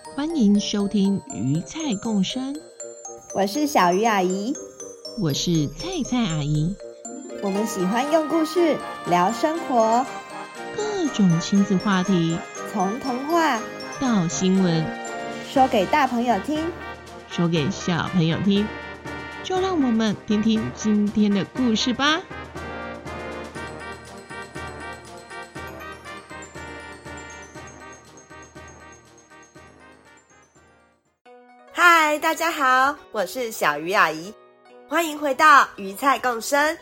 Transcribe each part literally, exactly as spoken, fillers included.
欢迎收听鱼菜共生， 我是小鱼阿姨， 我是菜菜阿姨。 我们喜欢用故事聊生活， 各种亲子话题， 从童话到新闻， 说给大朋友听， 说给小朋友听，就让我们听听今天的故事吧。 嗨，大家好，我是小鱼阿姨，欢迎回到鱼菜共生。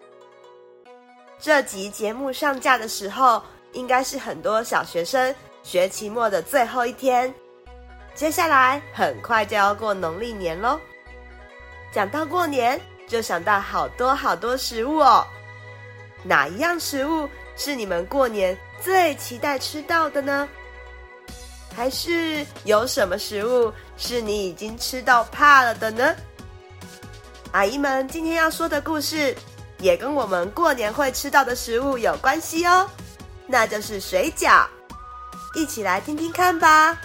这集节目上架的时候，应该是很多小学生学期末的最后一天，接下来很快就要过农历年咯。讲到过年，就想到好多好多食物哦。哪一样食物是你们过年最期待吃到的呢？还是有什么食物是你已经吃到怕了的呢？阿姨们今天要说的故事也跟我们过年会吃到的食物有关系哦，那就是水饺。一起来听听看吧。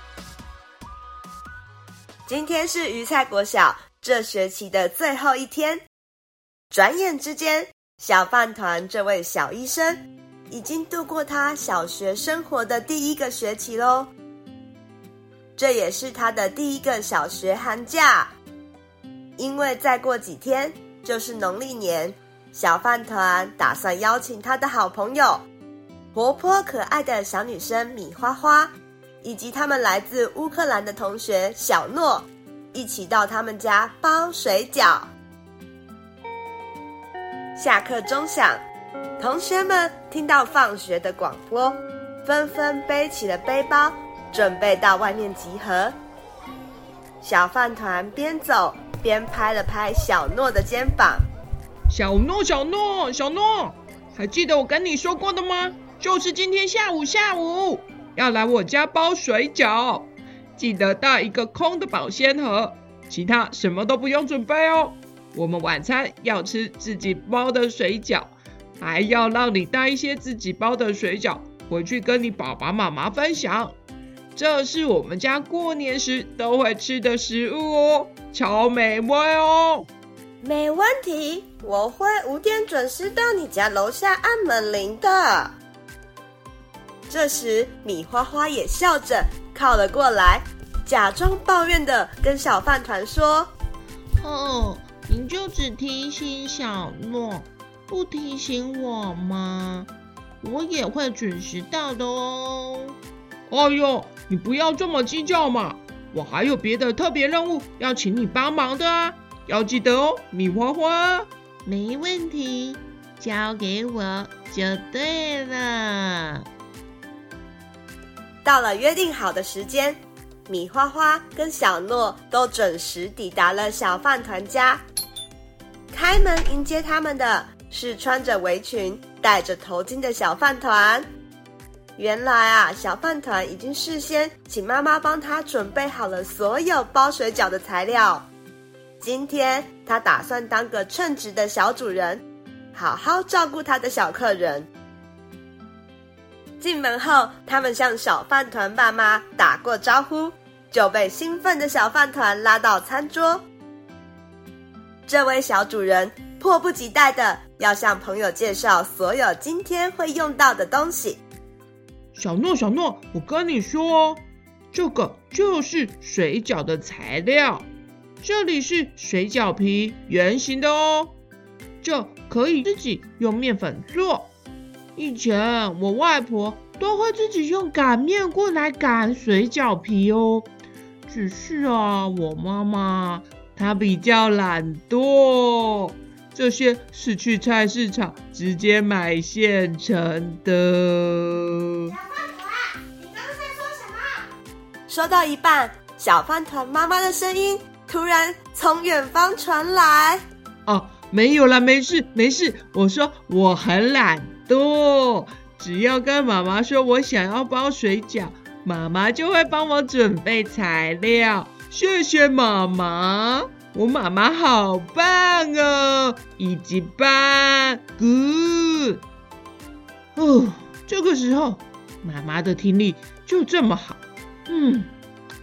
今天是鱼菜国小这学期的最后一天，转眼之间，小饭团这位小医生已经度过他小学生活的第一个学期咯。这也是他的第一个小学寒假，因为再过几天就是农历年，小饭团打算邀请他的好朋友活泼可爱的小女生米花花，以及他们来自乌克兰的同学小诺，一起到他们家包水饺。下课钟响，同学们听到放学的广播，纷纷背起了背包，准备到外面集合。小饭团边走边拍了拍小诺的肩膀。 小诺小诺小诺，还记得我跟你说过的吗？就是今天下午下午要来我家包水饺，记得带一个空的保鲜盒，其他什么都不用准备哦。我们晚餐要吃自己包的水饺，还要让你带一些自己包的水饺回去跟你爸爸妈妈分享。这是我们家过年时都会吃的食物哦，超美味哦。 没问题，我会五点准时到你家楼下按门铃的。这时米花花也笑着靠了过来，假装抱怨的跟小饭团说： 哦，你就只提醒小诺，不提醒我吗？我也会准时到的哦。 哎呦，你不要这么计较嘛，我还有别的特别任务要请你帮忙的啊，要记得哦，米花花。 没问题，交给我就对了。 到了约定好的时间，米花花跟小诺都准时抵达了小饭团家。开门迎接他们的是穿着围裙戴着头巾的小饭团。原来啊，小饭团已经事先请妈妈帮他准备好了所有包水饺的材料，今天他打算当个称职的小主人，好好照顾他的小客人。进门后，他们向小饭团爸妈打过招呼，就被兴奋的小饭团拉到餐桌。这位小主人迫不及待的要向朋友介绍所有今天会用到的东西。 小诺小诺，我跟你说哦，这个就是水饺的材料，这里是水饺皮，圆形的哦，这可以自己用面粉做。以前我外婆都会自己用擀面棍来擀水饺皮哦，只是啊，我妈妈她比较懒惰，这些是去菜市场直接买现成的。 小饭团，你刚刚在说什么？说到一半，小饭团妈妈的声音突然从远方传来。 哦，没有啦，没事没事，我说我很懒惰，只要跟妈妈说我想要包水饺，妈妈就会帮我准备材料。谢谢妈妈，我妈妈好棒哦，一级棒 ，good。哦，这个时候妈妈的听力就这么好，嗯，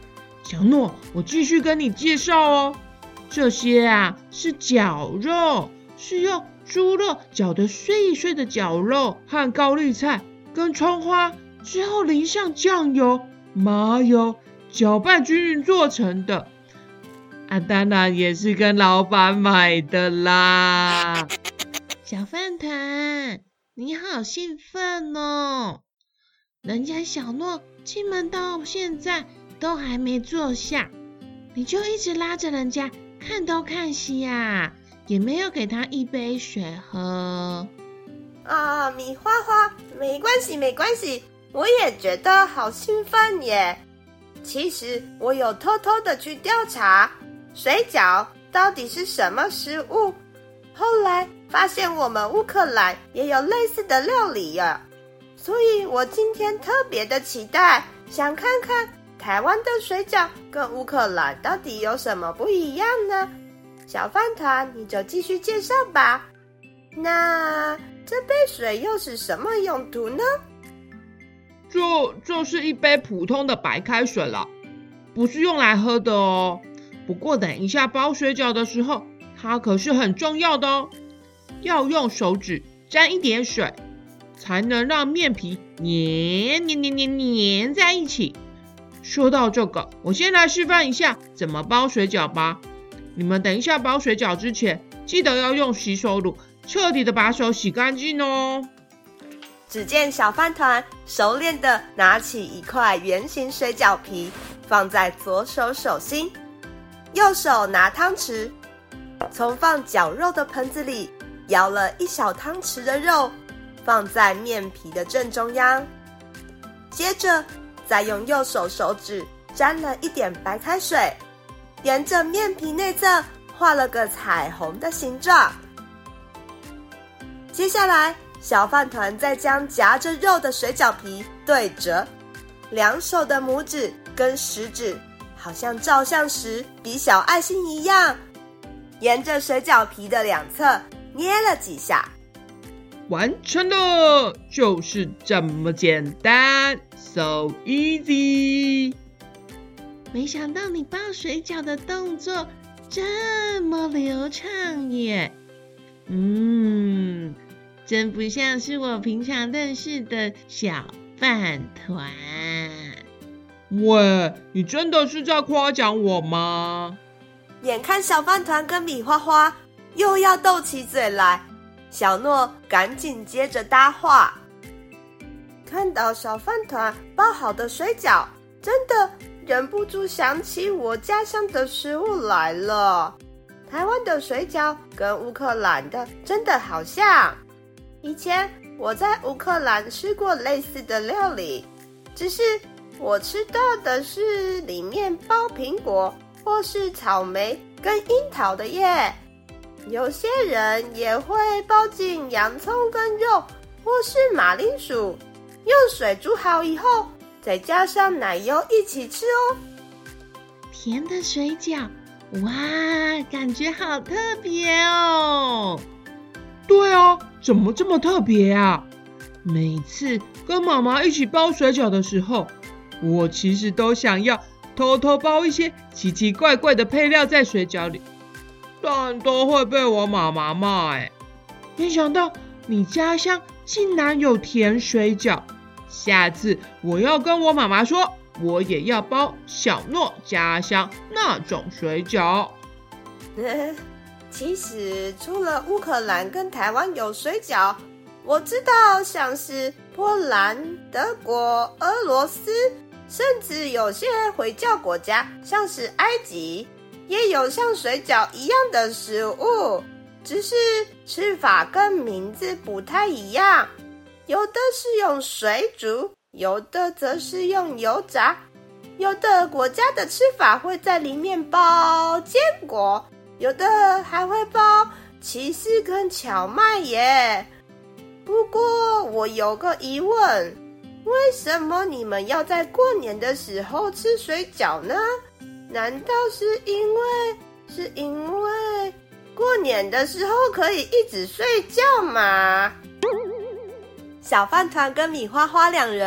小诺，我继续跟你介绍哦。这些啊是绞肉，是用猪肉绞得碎碎的绞肉和高丽菜跟葱花，之后淋上酱油、麻油，搅拌均匀做成的。啊，当然也是跟老板买的啦。 小饭团，你好兴奋哦！人家小诺进门到现在都还没坐下，你就一直拉着人家看东看西啊，也没有给他一杯水喝。 啊，米花花，没关系没关系，我也觉得好兴奋耶。其实我有偷偷的去调查水饺到底是什么食物，后来发现我们乌克兰也有类似的料理呀，所以我今天特别的期待，想看看台湾的水饺跟乌克兰到底有什么不一样呢？小饭团，你就继续介绍吧。那这杯水又是什么用途呢？ 这这是一杯普通的白开水啦，不是用来喝的哦。不过等一下包水饺的时候，它可是很重要的哦。要用手指沾一点水，才能让面皮黏黏黏黏黏在一起。说到这个，我先来示范一下怎么包水饺吧。你们等一下包水饺之前，记得要用洗手乳彻底的把手洗干净哦。 只见小饭团熟练的拿起一块圆形水饺皮，放在左手手心，右手拿汤匙，从放绞肉的盆子里舀了一小汤匙的肉，放在面皮的正中央，接着再用右手手指沾了一点白开水，沿着面皮内侧画了个彩虹的形状。接下来小饭团再将夹着肉的水饺皮对折，两手的拇指跟食指好像照相时比小爱心一样，沿着水饺皮的两侧捏了几下， 完成了，就是这么简单 ，so easy。 没想到你包水饺的动作这么流畅耶，嗯，真不像是我平常认识的小饭团。 喂，你真的是在夸奖我吗？ 眼看小饭团跟米花花又要斗起嘴来，小诺赶紧接着搭话。看到小饭团包好的水饺，真的忍不住想起我家乡的食物来了。台湾的水饺跟乌克兰的真的好像。以前我在乌克兰吃过类似的料理，只是我吃到的是里面包苹果或是草莓跟樱桃的耶。有些人也会包进洋葱跟肉或是马铃薯，用水煮好以后再加上奶油一起吃哦。 甜的水饺，哇，感觉好特别哦。 对啊，怎么这么特别啊？每次跟妈妈一起包水饺的时候，我其实都想要偷偷包一些奇奇怪怪的配料在水饺里，但都会被我妈妈骂哎。没想到你家乡竟然有甜水饺，下次我要跟我妈妈说，我也要包小诺家乡那种水饺。 其实除了乌克兰跟台湾有水饺，我知道像是波兰、德国、俄罗斯，甚至有些回教国家像是埃及，也有像水饺一样的食物，只是吃法跟名字不太一样，有的是用水煮，有的则是用油炸，有的国家的吃法会在里面包坚果，有的还会包起司跟荞麦耶。不过我有个疑问，为什么你们要在过年的时候吃水饺呢？难道是因为是因为过年的时候可以一直睡觉吗？小饭团跟米花花两人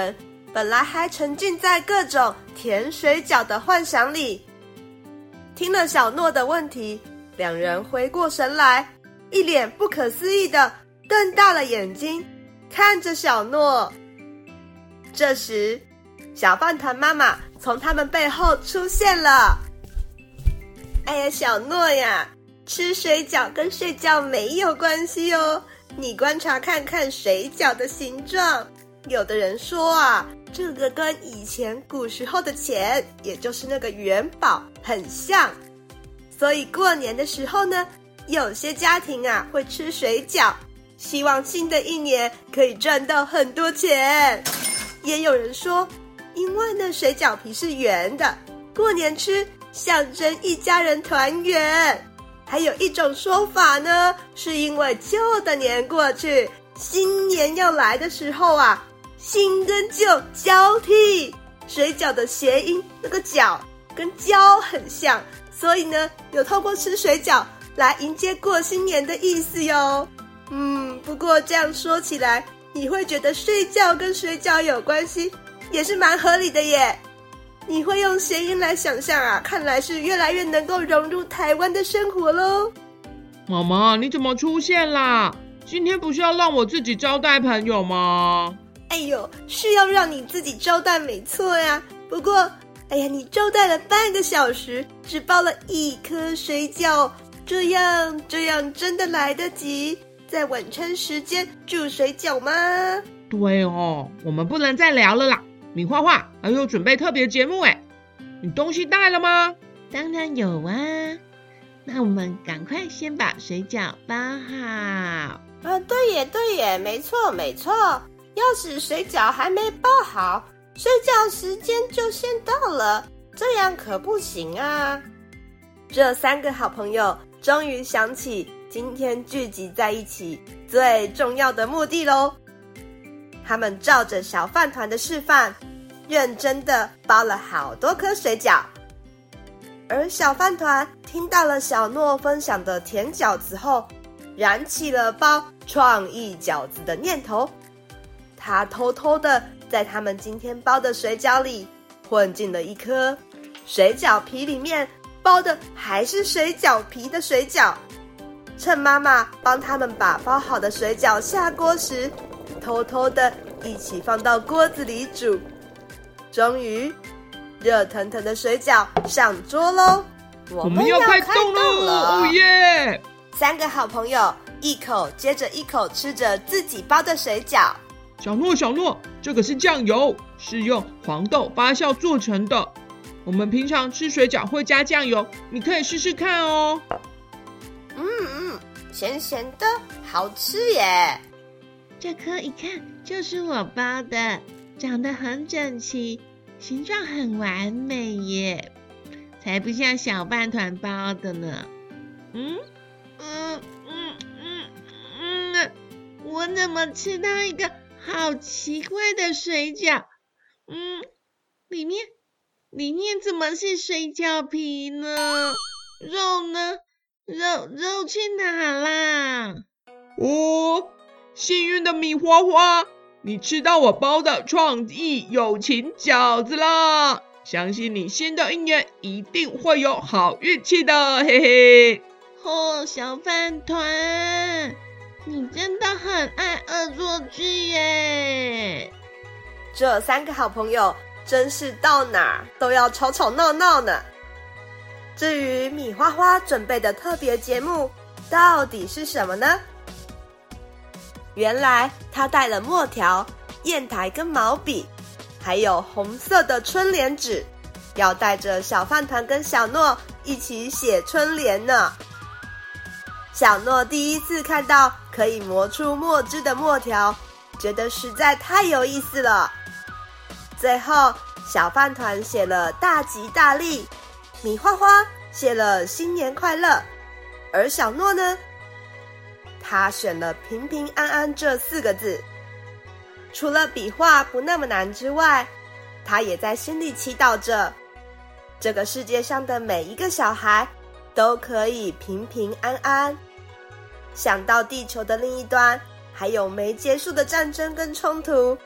本来还沉浸在各种甜水饺的幻想里。听了小诺的问题，两人回过神来，一脸不可思议的瞪大了眼睛看着小诺。这时小饭团妈妈从他们背后出现了。哎呀，小诺呀，吃水饺跟睡觉没有关系哦，你观察看看水饺的形状。有的人说啊，这个跟以前古时候的钱，也就是那个元宝很像，所以过年的时候呢，有些家庭啊会吃水饺，希望新的一年可以赚到很多钱。也有人说，因为呢水饺皮是圆的，过年吃象征一家人团圆。还有一种说法呢，是因为旧的年过去，新年要来的时候啊，新跟旧交替，水饺的谐音那个饺跟交很像，所以呢有透过吃水饺来迎接过新年的意思哟。嗯，不过这样说起来，你会觉得睡觉跟水饺有关系，也是蛮合理的耶。你会用谐音来想象啊，看来是越来越能够融入台湾的生活咯。 妈妈，你怎么出现啦？今天不是要让我自己招待朋友吗？ 哎呦，是要让你自己招待没错呀。不过，哎呀，你招待了半个小时，只包了一颗水饺，这样这样真的来得及在晚餐时间煮水饺吗？ 对哦，我们不能再聊了啦。米花花还有准备特别节目哎，你东西带了吗？ 当然有啊，那我们赶快先把水饺包好。 啊，对耶对耶，没错没错。要是水饺还没包好，睡觉时间就先到了，这样可不行啊。这三个好朋友终于想起今天聚集在一起最重要的目的咯。他们照着小饭团的示范，认真的包了好多颗水饺。而小饭团听到了小诺分享的甜饺子后，燃起了包创意饺子的念头。他偷偷的在他们今天包的水饺里混进了一颗水饺皮，里面包的还是水饺皮的水饺。趁妈妈帮他们把包好的水饺下锅时，偷偷的一起放到锅子里煮。终于热腾腾的水饺上桌咯，我们要开动了， 哦耶！ 三个好朋友一口接着一口吃着自己包的水饺。 小诺小诺，这个是酱油，是用黄豆发酵做成的。我们平常吃水饺会加酱油，你可以试试看哦。 嗯嗯，咸咸的，好吃耶。 这颗一看就是我包的，长得很整齐，形状很完美耶，才不像小饭团包的呢。嗯嗯嗯嗯嗯，我怎么吃到一个好奇怪的水饺？嗯，里面里面怎么是水饺皮呢？肉呢？肉肉去哪啦？ 哦，幸运的米花花，你吃到我包的创意友情饺子啦！相信你新的一年一定会有好运气的，嘿嘿。 哦，小饭团，你真的很爱恶作剧耶！ 这三个好朋友真是到哪儿都要吵吵闹闹呢。至于米花花准备的特别节目到底是什么呢？原来他带了墨条、砚台跟毛笔，还有红色的春联纸，要带着小饭团跟小诺一起写春联呢。小诺第一次看到可以磨出墨汁的墨条，觉得实在太有意思了。最后小饭团写了大吉大利，米花花写了新年快乐，而小诺呢，他选了平平安安这四个字。除了笔画不那么难之外，他也在心里祈祷着，这个世界上的每一个小孩都可以平平安安。想到地球的另一端还有没结束的战争跟冲突，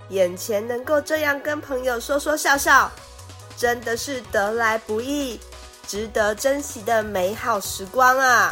眼前能够这样跟朋友说说笑笑，真的是得来不易，值得珍惜的美好时光啊！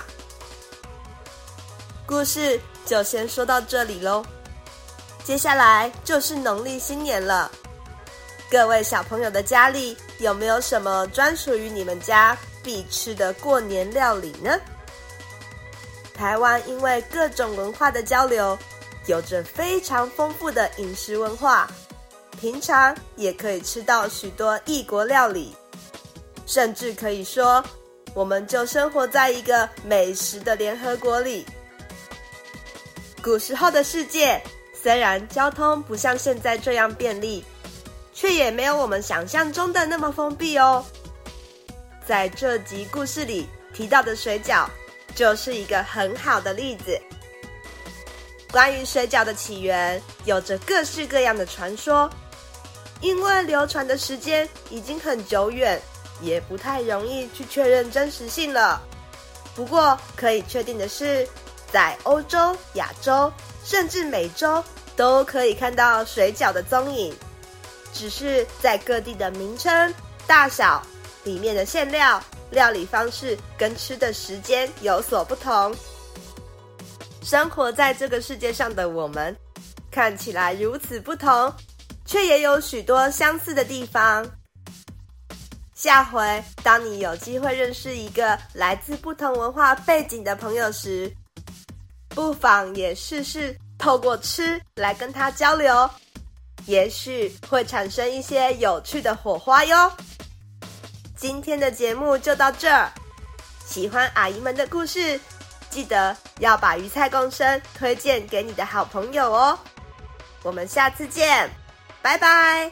故事就先说到这里咯，接下来就是农历新年了。各位小朋友的家里有没有什么专属于你们家必吃的过年料理呢？台湾因为各种文化的交流，有着非常丰富的饮食文化，平常也可以吃到许多异国料理，甚至可以说，我们就生活在一个美食的联合国里。古时候的世界，虽然交通不像现在这样便利，却也没有我们想象中的那么封闭哦。在这集故事里提到的水饺，就是一个很好的例子。关于水饺的起源，有着各式各样的传说，因为流传的时间已经很久远，也不太容易去确认真实性了。不过可以确定的是，在欧洲、亚洲，甚至美洲，都可以看到水饺的踪影，只是在各地的名称、大小、里面的馅料、料理方式跟吃的时间有所不同。生活在这个世界上的我们，看起来如此不同，却也有许多相似的地方。下回当你有机会认识一个来自不同文化背景的朋友时，不妨也试试透过吃来跟他交流，也许会产生一些有趣的火花哟。今天的节目就到这儿，喜欢阿姨们的故事，记得要把鱼菜共生推荐给你的好朋友哦。我们下次见，拜拜。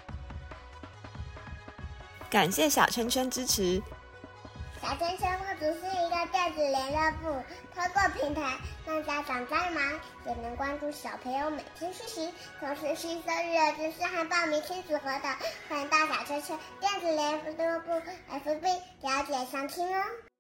感谢小圈圈支持。 小圈圈不只是一个电子联络部，透过平台让家长再忙也能关注小朋友每天学习，同时吸收育儿知识和报名亲子活动。欢迎到小圈圈电子联络部 F B 了解详情哦。